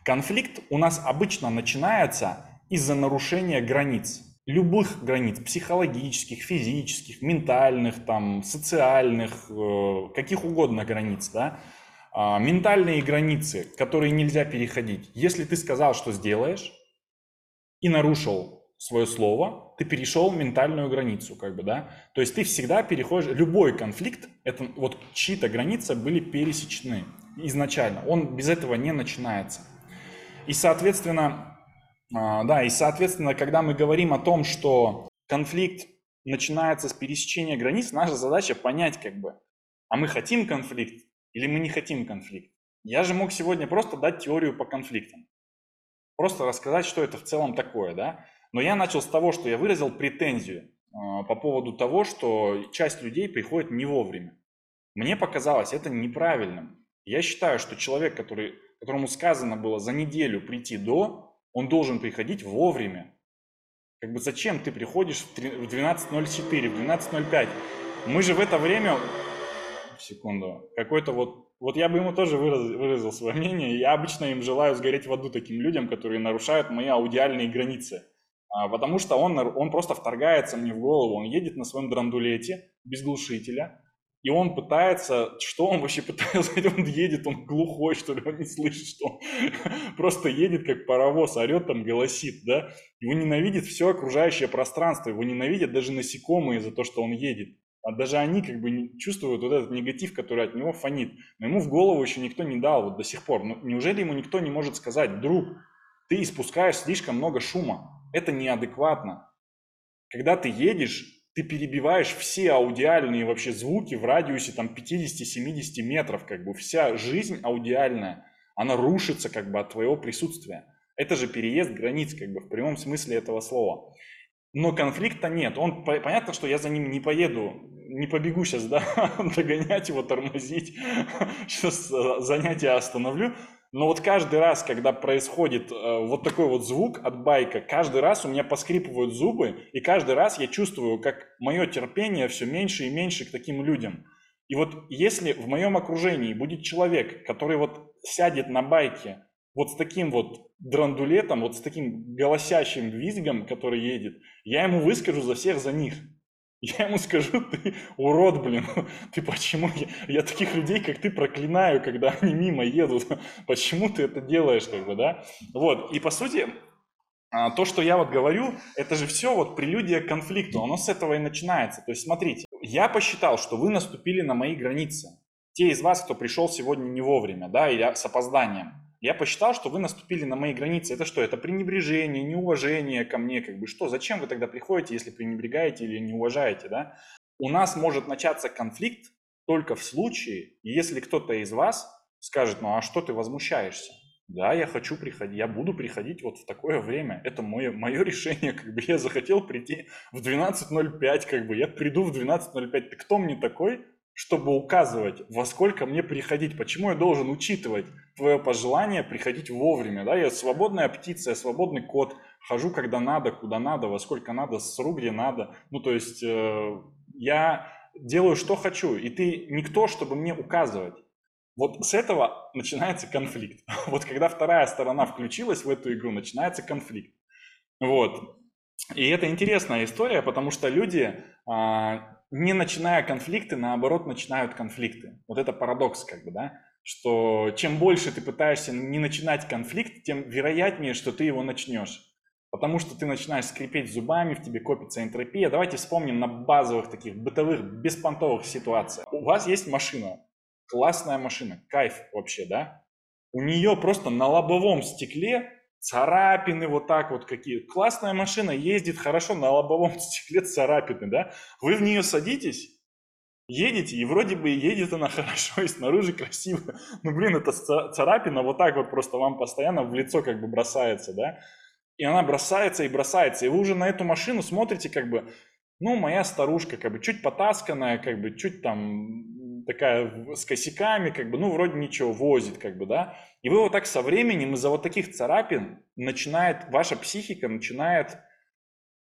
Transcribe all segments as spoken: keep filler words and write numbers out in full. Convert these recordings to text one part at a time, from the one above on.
Конфликт у нас обычно начинается из-за нарушения границ. Любых границ, психологических, физических, ментальных, там, социальных, э, каких угодно границ, да. А, ментальные границы, которые нельзя переходить. Если ты сказал, что сделаешь, и нарушил свое слово, ты перешел ментальную границу, как бы, да. То есть ты всегда переходишь, любой конфликт, это вот чьи-то границы были пересечены изначально, он без этого не начинается. И, соответственно, а, да, и, соответственно, когда мы говорим о том, что конфликт начинается с пересечения границ, наша задача понять, как бы, а мы хотим конфликт или мы не хотим конфликт. Я же мог сегодня просто дать теорию по конфликтам, просто рассказать, что это в целом такое, да. Но я начал с того, что я выразил претензию э, по поводу того, что часть людей приходит не вовремя. Мне показалось это неправильным. Я считаю, что человек, который, которому сказано было за неделю прийти до, он должен приходить вовремя. Как бы зачем ты приходишь в двенадцать ноль четыре, в двенадцать ноль пять? Мы же в это время... Секунду. Какой-то вот... Вот я бы ему тоже выразил, выразил свое мнение. Я обычно им желаю сгореть в аду таким людям, которые нарушают мои аудиальные границы. А, потому что он, он просто вторгается мне в голову. Он едет на своем драндулете без глушителя. И он пытается... Что он вообще пытается? Он едет, он глухой, что ли, он не слышит, что он просто едет как паровоз, орет там, голосит, да? Его ненавидит все окружающее пространство. Его ненавидят даже насекомые за то, что он едет. А даже они как бы не чувствуют вот этот негатив, который от него фонит. Но ему в голову еще никто не дал вот до сих пор. Ну, неужели ему никто не может сказать: друг, ты испускаешь слишком много шума, это неадекватно. Когда ты едешь, ты перебиваешь все аудиальные вообще звуки в радиусе там пятьдесят-семьдесят метров, как бы вся жизнь аудиальная, она рушится как бы от твоего присутствия. Это же переезд границ как бы в прямом смысле этого слова. Но конфликта нет. Он, понятно, что я за ним не поеду, не побегу сейчас, да, догонять его, тормозить, сейчас занятие остановлю. Но вот каждый раз, когда происходит э, вот такой вот звук от байка, каждый раз у меня поскрипывают зубы, и каждый раз я чувствую, как мое терпение все меньше и меньше к таким людям. И вот если в моем окружении будет человек, который вот сядет на байке, вот с таким вот драндулетом, вот с таким голосящим визгом, который едет, я ему выскажу за всех за них. Я ему скажу: ты урод, блин, ты почему, я, я таких людей, как ты, проклинаю, когда они мимо едут, почему ты это делаешь, как бы, да? Вот, и по сути, то, что я вот говорю, это же все вот прелюдия к конфликту, оно с этого и начинается. То есть смотрите, я посчитал, что вы наступили на мои границы, те из вас, кто пришел сегодня не вовремя, да, или с опозданием. Я посчитал, что вы наступили на мои границы. Это что? Это пренебрежение, неуважение ко мне, как бы. Что? Зачем вы тогда приходите, если пренебрегаете или не уважаете, да? У нас может начаться конфликт только в случае, если кто-то из вас скажет: ну а что ты возмущаешься? Да, я хочу приходить, я буду приходить вот в такое время. Это мое, мое решение, как бы. Я захотел прийти в двенадцать ноль пять, как бы. Я приду в двенадцать ноль пять. Ты кто мне такой, чтобы указывать, во сколько мне приходить? Почему я должен учитывать твое пожелание приходить вовремя? Да? Я свободная птица, я свободный кот, хожу когда надо, куда надо, во сколько надо, сру где надо. Ну, то есть э, я делаю, что хочу, и ты никто, чтобы мне указывать. Вот с этого начинается конфликт. Вот когда вторая сторона включилась в эту игру, начинается конфликт. Вот. И это интересная история, потому что люди, не начиная конфликты, наоборот, начинают конфликты. Вот это парадокс, как бы, да, что чем больше ты пытаешься не начинать конфликт, тем вероятнее, что ты его начнешь. Потому что ты начинаешь скрипеть зубами, в тебе копится энтропия. Давайте вспомним на базовых таких бытовых, беспонтовых ситуациях. У вас есть машина, классная машина, кайф вообще, да? У нее просто на лобовом стекле царапины вот так вот какие. Классная машина, ездит хорошо, на лобовом стекле царапины, да? Вы в нее садитесь, едете, и вроде бы едет она хорошо, и снаружи красиво. Ну, блин, это царапина вот так вот просто вам постоянно в лицо как бы бросается, да? И она бросается и бросается, и вы уже на эту машину смотрите как бы, ну, моя старушка, как бы, чуть потасканная, как бы, чуть там такая с косяками, как бы, ну, вроде ничего, возит, как бы, да. И вы вот так со временем из-за вот таких царапин начинает, ваша психика начинает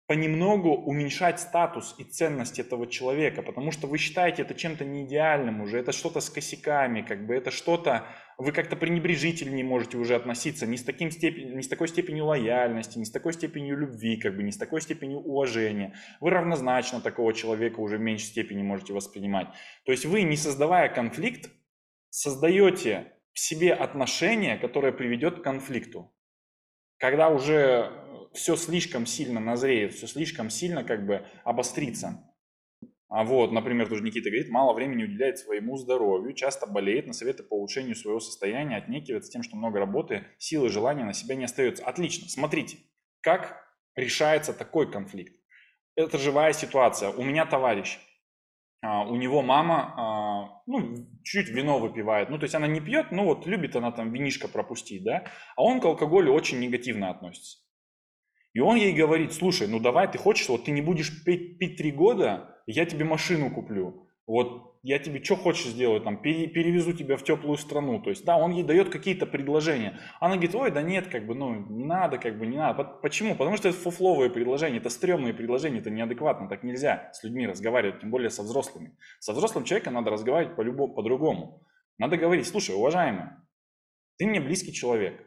понемногу уменьшать статус и ценность этого человека, потому что вы считаете это чем-то неидеальным уже, это что-то с косяками, как бы это что-то, вы как-то пренебрежительнее можете уже относиться, не с, таким степень, не с такой степенью лояльности, не с такой степенью любви, как бы, не с такой степенью уважения. Вы равнозначно такого человека уже в меньшей степени можете воспринимать. То есть вы, не создавая конфликт, создаете в себе отношение, которое приведет к конфликту. Когда уже все слишком сильно назреет, все слишком сильно как бы обострится. А вот, например, тоже Никита говорит, мало времени уделяет своему здоровью, часто болеет, на советы по улучшению своего состояния, отнекивается тем, что много работы, силы, желания на себя не остается. Отлично, смотрите, как решается такой конфликт. Это живая ситуация. У меня товарищ, а, у него мама, а, ну, чуть-чуть вино выпивает, ну, то есть она не пьет, ну, вот любит она там винишко пропустить, да, а он к алкоголю очень негативно относится. И он ей говорит, слушай, ну давай, ты хочешь, вот ты не будешь пить, пить три года, я тебе машину куплю. Вот я тебе что хочешь сделать, там, пере- перевезу тебя в теплую страну. То есть, да, он ей дает какие-то предложения. Она говорит, ой, да нет, как бы, ну, не надо, как бы, не надо. Почему? Потому что это фуфловые предложения, это стрёмные предложения, это неадекватно, так нельзя с людьми разговаривать, тем более со взрослыми. Со взрослым человеком надо разговаривать по-любому, по-другому. Надо говорить, слушай, уважаемый, ты мне близкий человек.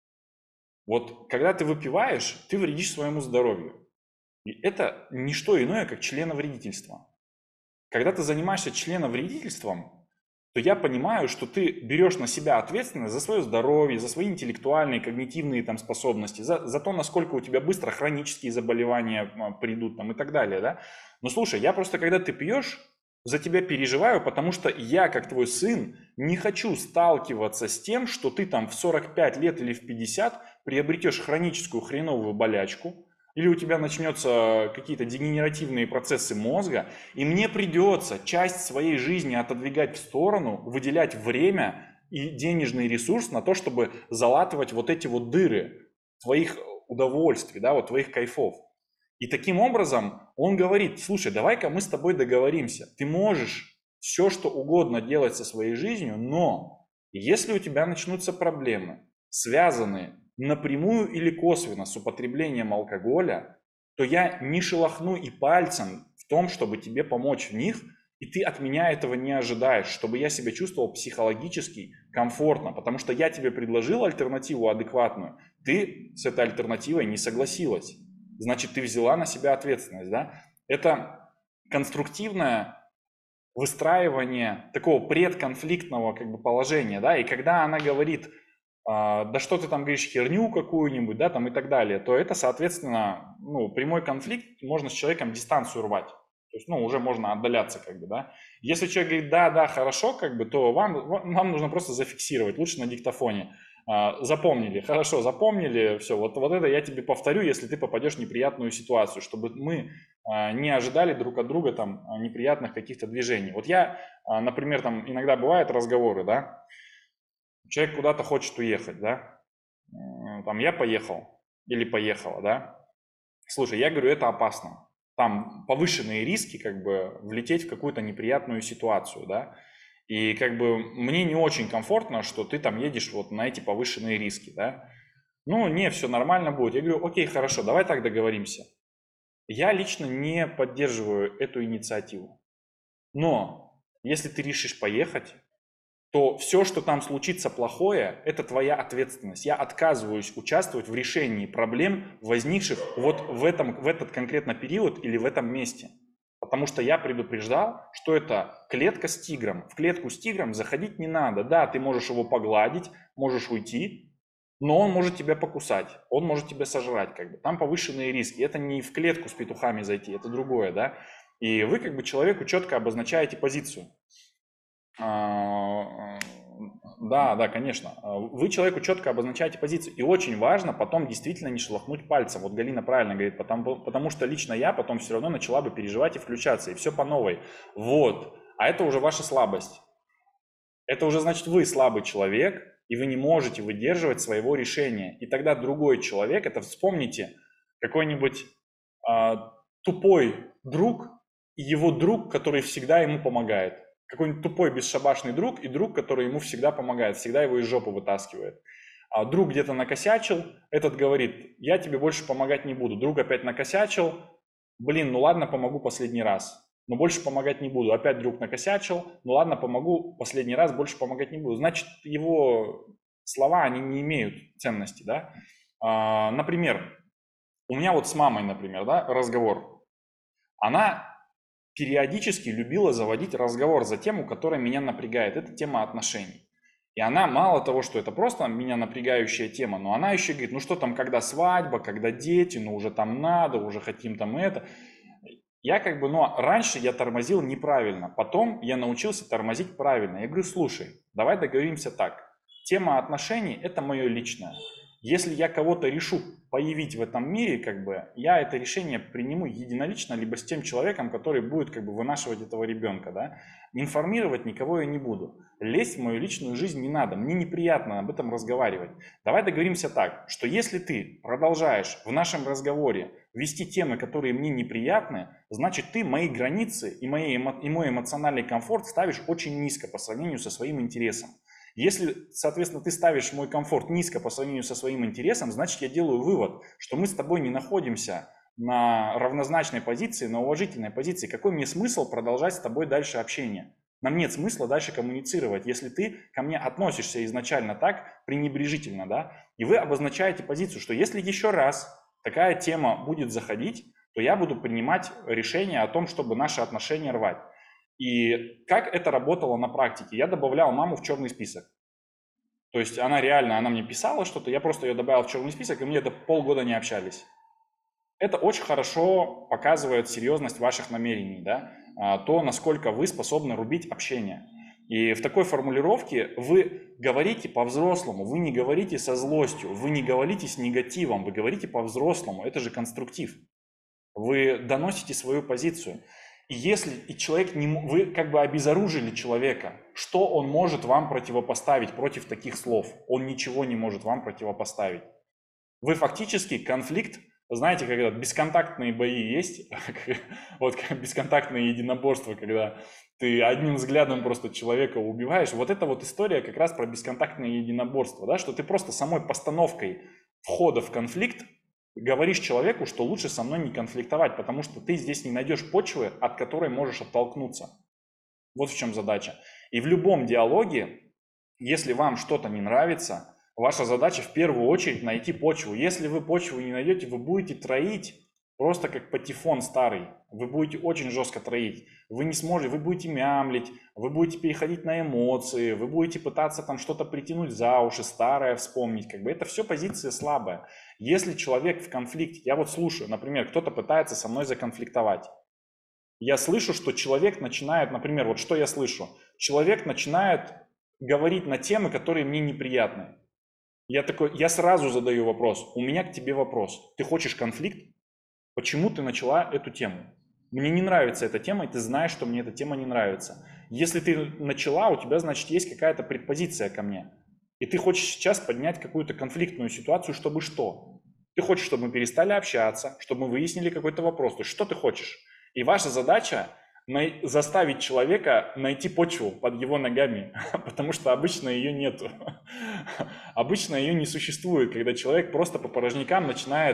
Вот когда ты выпиваешь, ты вредишь своему здоровью. И это не что иное, как членовредительство. Когда ты занимаешься членовредительством, то я понимаю, что ты берешь на себя ответственность за свое здоровье, за свои интеллектуальные, когнитивные там, способности, за, за то, насколько у тебя быстро хронические заболевания придут там, и так далее. Да? Но слушай, я просто, когда ты пьешь, за тебя переживаю, потому что я, как твой сын, не хочу сталкиваться с тем, что ты там в сорок пять лет или в пятьдесят приобретешь хроническую хреновую болячку, или у тебя начнется какие-то дегенеративные процессы мозга, и мне придется часть своей жизни отодвигать в сторону, выделять время и денежный ресурс на то, чтобы залатывать вот эти вот дыры твоих удовольствий, да, вот твоих кайфов. И таким образом он говорит, слушай, давай-ка мы с тобой договоримся. Ты можешь все, что угодно делать со своей жизнью, но если у тебя начнутся проблемы, связанные напрямую или косвенно с употреблением алкоголя, то я не шелохну и пальцем в том, чтобы тебе помочь в них, и ты от меня этого не ожидаешь, чтобы я себя чувствовал психологически комфортно, потому что я тебе предложил альтернативу адекватную, ты с этой альтернативой не согласилась. Значит, ты взяла на себя ответственность, да? Это конструктивное выстраивание такого предконфликтного как бы положения, да, и когда она говорит, а, да что ты там говоришь, херню какую-нибудь, да, там и так далее, то это, соответственно, ну, прямой конфликт, можно с человеком дистанцию рвать. То есть, ну, уже можно отдаляться, как бы, да. Если человек говорит, да, да, хорошо, как бы, то вам, вам нужно просто зафиксировать, лучше на диктофоне. А, запомнили, хорошо, запомнили, все, вот, вот это я тебе повторю, если ты попадешь в неприятную ситуацию, чтобы мы а, не ожидали друг от друга там неприятных каких-то движений. Вот я, а, например, там иногда бывают разговоры, да, человек куда-то хочет уехать, да, там я поехал или поехала, да, слушай, я говорю, это опасно, там повышенные риски, как бы, влететь в какую-то неприятную ситуацию, да, и как бы мне не очень комфортно, что ты там едешь вот на эти повышенные риски, да, ну, не, все нормально будет, я говорю, окей, хорошо, давай так договоримся, я лично не поддерживаю эту инициативу, но если ты решишь поехать, то все, что там случится плохое, это твоя ответственность. Я отказываюсь участвовать в решении проблем, возникших вот в, этом, в этот конкретно период или в этом месте. Потому что я предупреждал, что это клетка с тигром. В клетку с тигром заходить не надо. Да, ты можешь его погладить, можешь уйти, но он может тебя покусать, он может тебя сожрать. Как бы. Там повышенные риски. Это не в клетку с петухами зайти, это другое. Да? И вы как бы человеку четко обозначаете позицию. Да, да, конечно. Вы человеку четко обозначаете позицию. И очень важно потом действительно не шелохнуть пальцем. Вот Галина правильно говорит, потому, потому что лично я потом все равно начала бы переживать и включаться. И все по новой. Вот. А это уже ваша слабость. Это уже значит, вы слабый человек, и вы не можете выдерживать своего решения. И тогда другой человек, это вспомните, какой-нибудь а, тупой друг и его друг, который всегда ему помогает. Какой-нибудь тупой бесшабашный друг и друг, который ему всегда помогает, всегда его из жопы вытаскивает. А друг где-то накосячил, этот говорит, я тебе больше помогать не буду. Друг опять накосячил, блин, ну ладно, помогу последний раз, но больше помогать не буду. Опять друг накосячил, ну ладно, помогу последний раз, больше помогать не буду. Значит, его слова, они не имеют ценности, да. А, например, у меня вот с мамой, например, да, разговор. Она периодически любила заводить разговор за тему, которая меня напрягает. Это тема отношений. И она мало того, что это просто меня напрягающая тема, но она еще говорит, ну что там, когда свадьба, когда дети, ну уже там надо, уже хотим там это. Я как бы, ну раньше я тормозил неправильно, потом я научился тормозить правильно. Я говорю, слушай, давай договоримся так. Тема отношений – это мое личное. Если я кого-то решу появить в этом мире, как бы, я это решение приниму единолично, либо с тем человеком, который будет как бы вынашивать этого ребенка, да. Информировать никого я не буду. Лезть в мою личную жизнь не надо, мне неприятно об этом разговаривать. Давай договоримся так, что если ты продолжаешь в нашем разговоре вести темы, которые мне неприятны, значит ты мои границы и, мои эмо- и мой эмоциональный комфорт ставишь очень низко по сравнению со своим интересом. Если, соответственно, ты ставишь мой комфорт низко по сравнению со своим интересом, значит, я делаю вывод, что мы с тобой не находимся на равнозначной позиции, на уважительной позиции. Какой мне смысл продолжать с тобой дальше общение? Нам нет смысла дальше коммуницировать, если ты ко мне относишься изначально так, пренебрежительно, да, и вы обозначаете позицию, что если еще раз такая тема будет заходить, то я буду принимать решение о том, чтобы наши отношения рвать. И как это работало на практике? Я добавлял маму в черный список. То есть она реально, она мне писала что-то, я просто ее добавил в черный список, и мы это полгода не общались. Это очень хорошо показывает серьезность ваших намерений, да? То, насколько вы способны рубить общение. И в такой формулировке вы говорите по-взрослому, вы не говорите со злостью, вы не говорите с негативом, вы говорите по-взрослому, это же конструктив. Вы доносите свою позицию. И если и человек не, вы как бы обезоружили человека, что он может вам противопоставить против таких слов? Он ничего не может вам противопоставить. Вы фактически конфликт, знаете, когда бесконтактные бои есть, вот как бесконтактное единоборство, когда ты одним взглядом просто человека убиваешь. Вот эта вот история как раз про бесконтактное единоборство, да, что ты просто самой постановкой входа в конфликт говоришь человеку, что лучше со мной не конфликтовать, потому что ты здесь не найдешь почвы, от которой можешь оттолкнуться. Вот в чем задача. И в любом диалоге, если вам что-то не нравится, ваша задача в первую очередь найти почву. Если вы почву не найдете, вы будете троить просто как патефон старый. Вы будете очень жестко троить. Вы не сможете, вы будете мямлить, вы будете переходить на эмоции, вы будете пытаться там что-то притянуть за уши, старое вспомнить. Как бы это все позиция слабая. Если человек в конфликте, я вот слушаю, например, кто-то пытается со мной законфликтовать. Я слышу, что человек начинает, например, вот что я слышу? Человек начинает говорить на темы, которые мне неприятны. Я такой, я сразу задаю вопрос, у меня к тебе вопрос. Ты хочешь конфликт? Почему ты начала эту тему? Мне не нравится эта тема, и ты знаешь, что мне эта тема не нравится. Если ты начала, у тебя, значит, есть какая-то предпозиция ко мне. И ты хочешь сейчас поднять какую-то конфликтную ситуацию, чтобы что? Ты хочешь, чтобы мы перестали общаться, чтобы мы выяснили какой-то вопрос. То есть что ты хочешь? И ваша задача заставить человека найти почву под его ногами, потому что обычно ее нету. Обычно ее не существует, когда человек просто по порожнякам начинает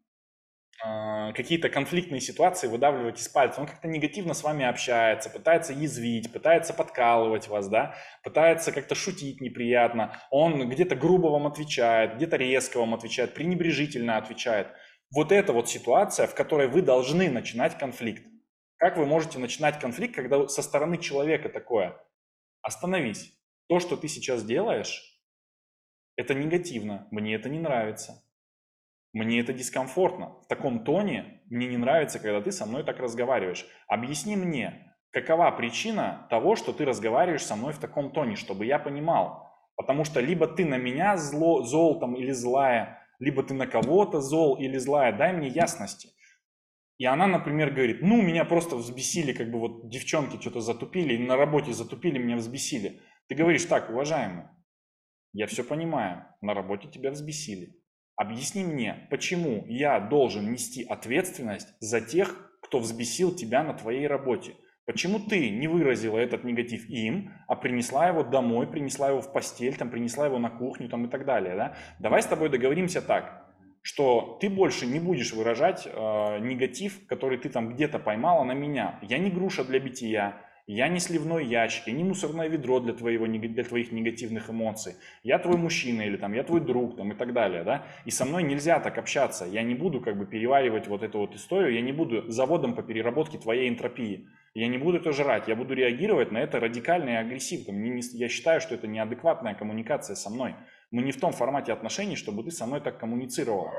э, какие-то конфликтные ситуации выдавливать из пальца. Он как-то негативно с вами общается, пытается язвить, пытается подкалывать вас, да, пытается как-то шутить неприятно. Он где-то грубо вам отвечает, где-то резко вам отвечает, пренебрежительно отвечает. Вот это вот ситуация, в которой вы должны начинать конфликт. Как вы можете начинать конфликт, когда со стороны человека такое? Остановись. То, что ты сейчас делаешь, это негативно. Мне это не нравится. Мне это дискомфортно. В таком тоне мне не нравится, когда ты со мной так разговариваешь. Объясни мне, какова причина того, что ты разговариваешь со мной в таком тоне, чтобы я понимал. Потому что либо ты на меня зло, зол там, или злая, либо ты на кого-то зол или злая. Дай мне ясности. И она, например, говорит, ну, меня просто взбесили, как бы вот девчонки что-то затупили, на работе затупили, меня взбесили. Ты говоришь, так, уважаемый, я все понимаю, на работе тебя взбесили. Объясни мне, почему я должен нести ответственность за тех, кто взбесил тебя на твоей работе? Почему ты не выразила этот негатив им, а принесла его домой, принесла его в постель, там, принесла его на кухню там, и так далее, да? Давай с тобой договоримся так, что ты больше не будешь выражать э, негатив, который ты там где-то поймала на меня. Я не груша для бития, я не сливной ящик, я не мусорное ведро для, твоего, для твоих негативных эмоций. Я твой мужчина или там, я твой друг там, и так далее. Да? И со мной нельзя так общаться. Я не буду как бы переваривать вот эту вот историю, я не буду заводом по переработке твоей энтропии. Я не буду это жрать, я буду реагировать на это радикально и агрессивно. Я считаю, что это неадекватная коммуникация со мной. Мы не в том формате отношений, чтобы ты со мной так коммуницировала.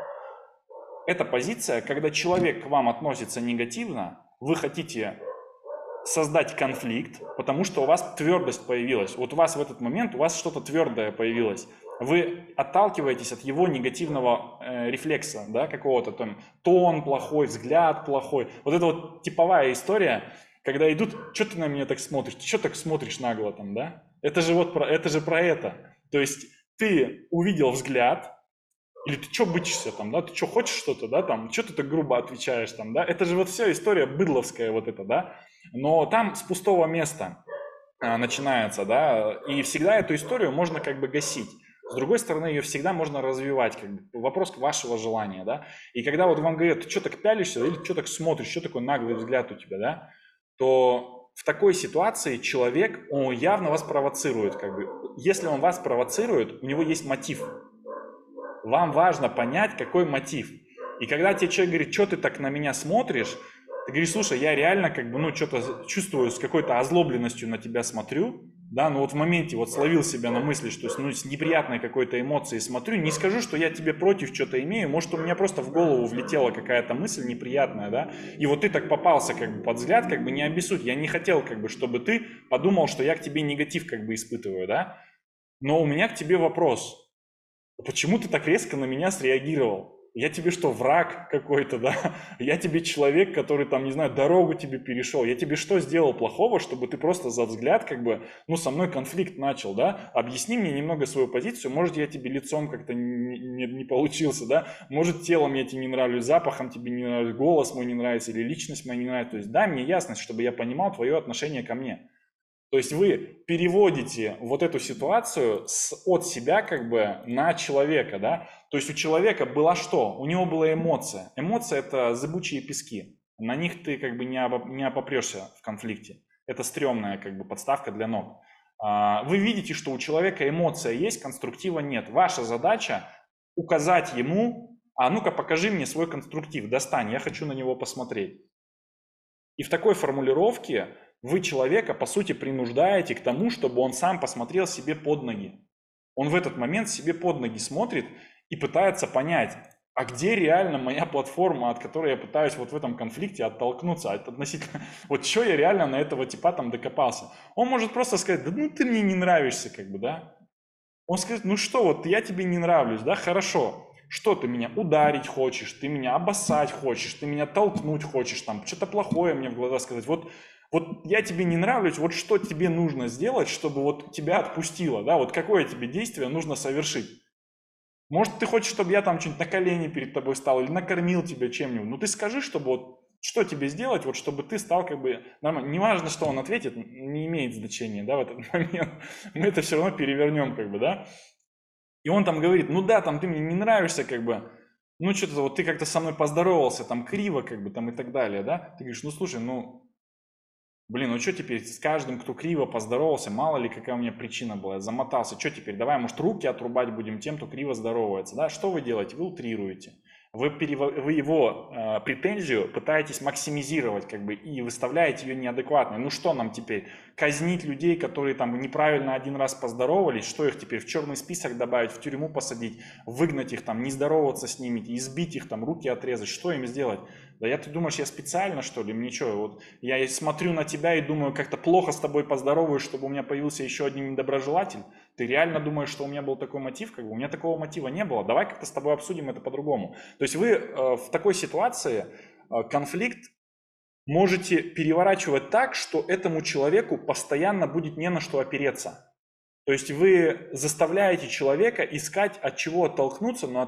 Эта позиция, когда человек к вам относится негативно, вы хотите создать конфликт, потому что у вас твердость появилась. Вот у вас в этот момент, у вас что-то твердое появилось. Вы отталкиваетесь от его негативного э, рефлекса, да, какого-то там, тон плохой, взгляд плохой. Вот это вот типовая история, когда идут, что ты на меня так смотришь, ты что так смотришь нагло там, да? Это же вот про, это же про это. То есть ты увидел взгляд, или ты что бычишься там, да, ты что хочешь что-то, да, там, что ты так грубо отвечаешь там, да, это же вот все история быдловская вот эта, да, но там с пустого места а, начинается, да, и всегда эту историю можно как бы гасить. С другой стороны, ее всегда можно развивать, как бы, вопрос вашего желания, да, и когда вот вам говорят, ты что так пялишься, или что так смотришь, что такой наглый взгляд у тебя, да, то в такой ситуации человек, он явно вас провоцирует, как бы, если он вас провоцирует, у него есть мотив. Вам важно понять, какой мотив. И когда тебе человек говорит, что ты так на меня смотришь, ты говоришь, слушай, я реально как бы, ну, что-то чувствую, с какой-то озлобленностью на тебя смотрю, да, но вот в моменте вот словил себя на мысли, что ну, с неприятной какой-то эмоцией смотрю, не скажу, что я тебе против что-то имею, может, у меня просто в голову влетела какая-то мысль неприятная, да, и вот ты так попался как бы под взгляд, как бы не обессудь, я не хотел как бы, чтобы ты подумал, что я к тебе негатив как бы испытываю, да, но у меня к тебе вопрос. Почему ты так резко на меня среагировал? Я тебе что, враг какой-то, да? Я тебе человек, который там, не знаю, дорогу тебе перешел. Я тебе что сделал плохого, чтобы ты просто за взгляд как бы, ну, со мной конфликт начал, да? Объясни мне немного свою позицию. Может, я тебе лицом как-то не, не, не получился, да? Может, телом я тебе не нравлюсь, запахом тебе не нравлюсь, голос мой не нравится или личность моя не нравится. То есть дай мне ясность, чтобы я понимал твое отношение ко мне. То есть вы переводите вот эту ситуацию с, от себя как бы на человека, да? То есть у человека была что? У него была эмоция. Эмоция – это зыбучие пески. На них ты как бы не, обо, не обопрешься в конфликте. Это стрёмная как бы подставка для ног. А, вы видите, что у человека эмоция есть, конструктива нет. Ваша задача указать ему, а ну-ка покажи мне свой конструктив, достань, я хочу на него посмотреть. И в такой формулировке вы человека, по сути, принуждаете к тому, чтобы он сам посмотрел себе под ноги. Он в этот момент себе под ноги смотрит и пытается понять, а где реально моя платформа, от которой я пытаюсь вот в этом конфликте оттолкнуться, относительно, вот что я реально на этого типа там докопался. Он может просто сказать, да ну ты мне не нравишься, как бы, да. Он скажет, ну что, вот я тебе не нравлюсь, да, хорошо. Что ты меня ударить хочешь, ты меня обоссать хочешь, ты меня толкнуть хочешь, там, что-то плохое мне в глаза сказать. Вот, вот я тебе не нравлюсь, вот что тебе нужно сделать, чтобы вот тебя отпустило, да, вот какое тебе действие нужно совершить. Может, ты хочешь, чтобы я там что-нибудь на колени перед тобой стал или накормил тебя чем-нибудь. Ну, ты скажи, чтобы вот, что тебе сделать, вот, чтобы ты стал как бы нормально. Неважно, что он ответит, не имеет значения, да, в этот момент. Мы это все равно перевернем, как бы, да. И он там говорит, ну да, там ты мне не нравишься, как бы, ну что-то вот ты как-то со мной поздоровался, там криво, как бы, там и так далее, да. Ты говоришь, ну слушай, ну, блин, ну что теперь с каждым, кто криво поздоровался, мало ли какая у меня причина была, я замотался, что теперь, давай, может, руки отрубать будем тем, кто криво здоровается, да. Что вы делаете? Вы утрируете. Вы, перев... вы его э, претензию пытаетесь максимизировать, как бы, и выставляете ее неадекватной. Ну что нам теперь? Казнить людей, которые там неправильно один раз поздоровались, что их теперь в черный список добавить, в тюрьму посадить, выгнать их там, не здороваться с ними, избить их там, руки отрезать, что им сделать? Да я, ты думаешь, я специально, что ли? Мне что, вот я смотрю на тебя и думаю, как-то плохо с тобой поздороваюсь, чтобы у меня появился еще один недоброжелатель? Ты реально думаешь, что у меня был такой мотив? Как бы у меня такого мотива не было. Давай как-то с тобой обсудим это по-другому. То есть вы э, в такой ситуации э, конфликт можете переворачивать так, что этому человеку постоянно будет не на что опереться. То есть вы заставляете человека искать, от чего оттолкнуться, но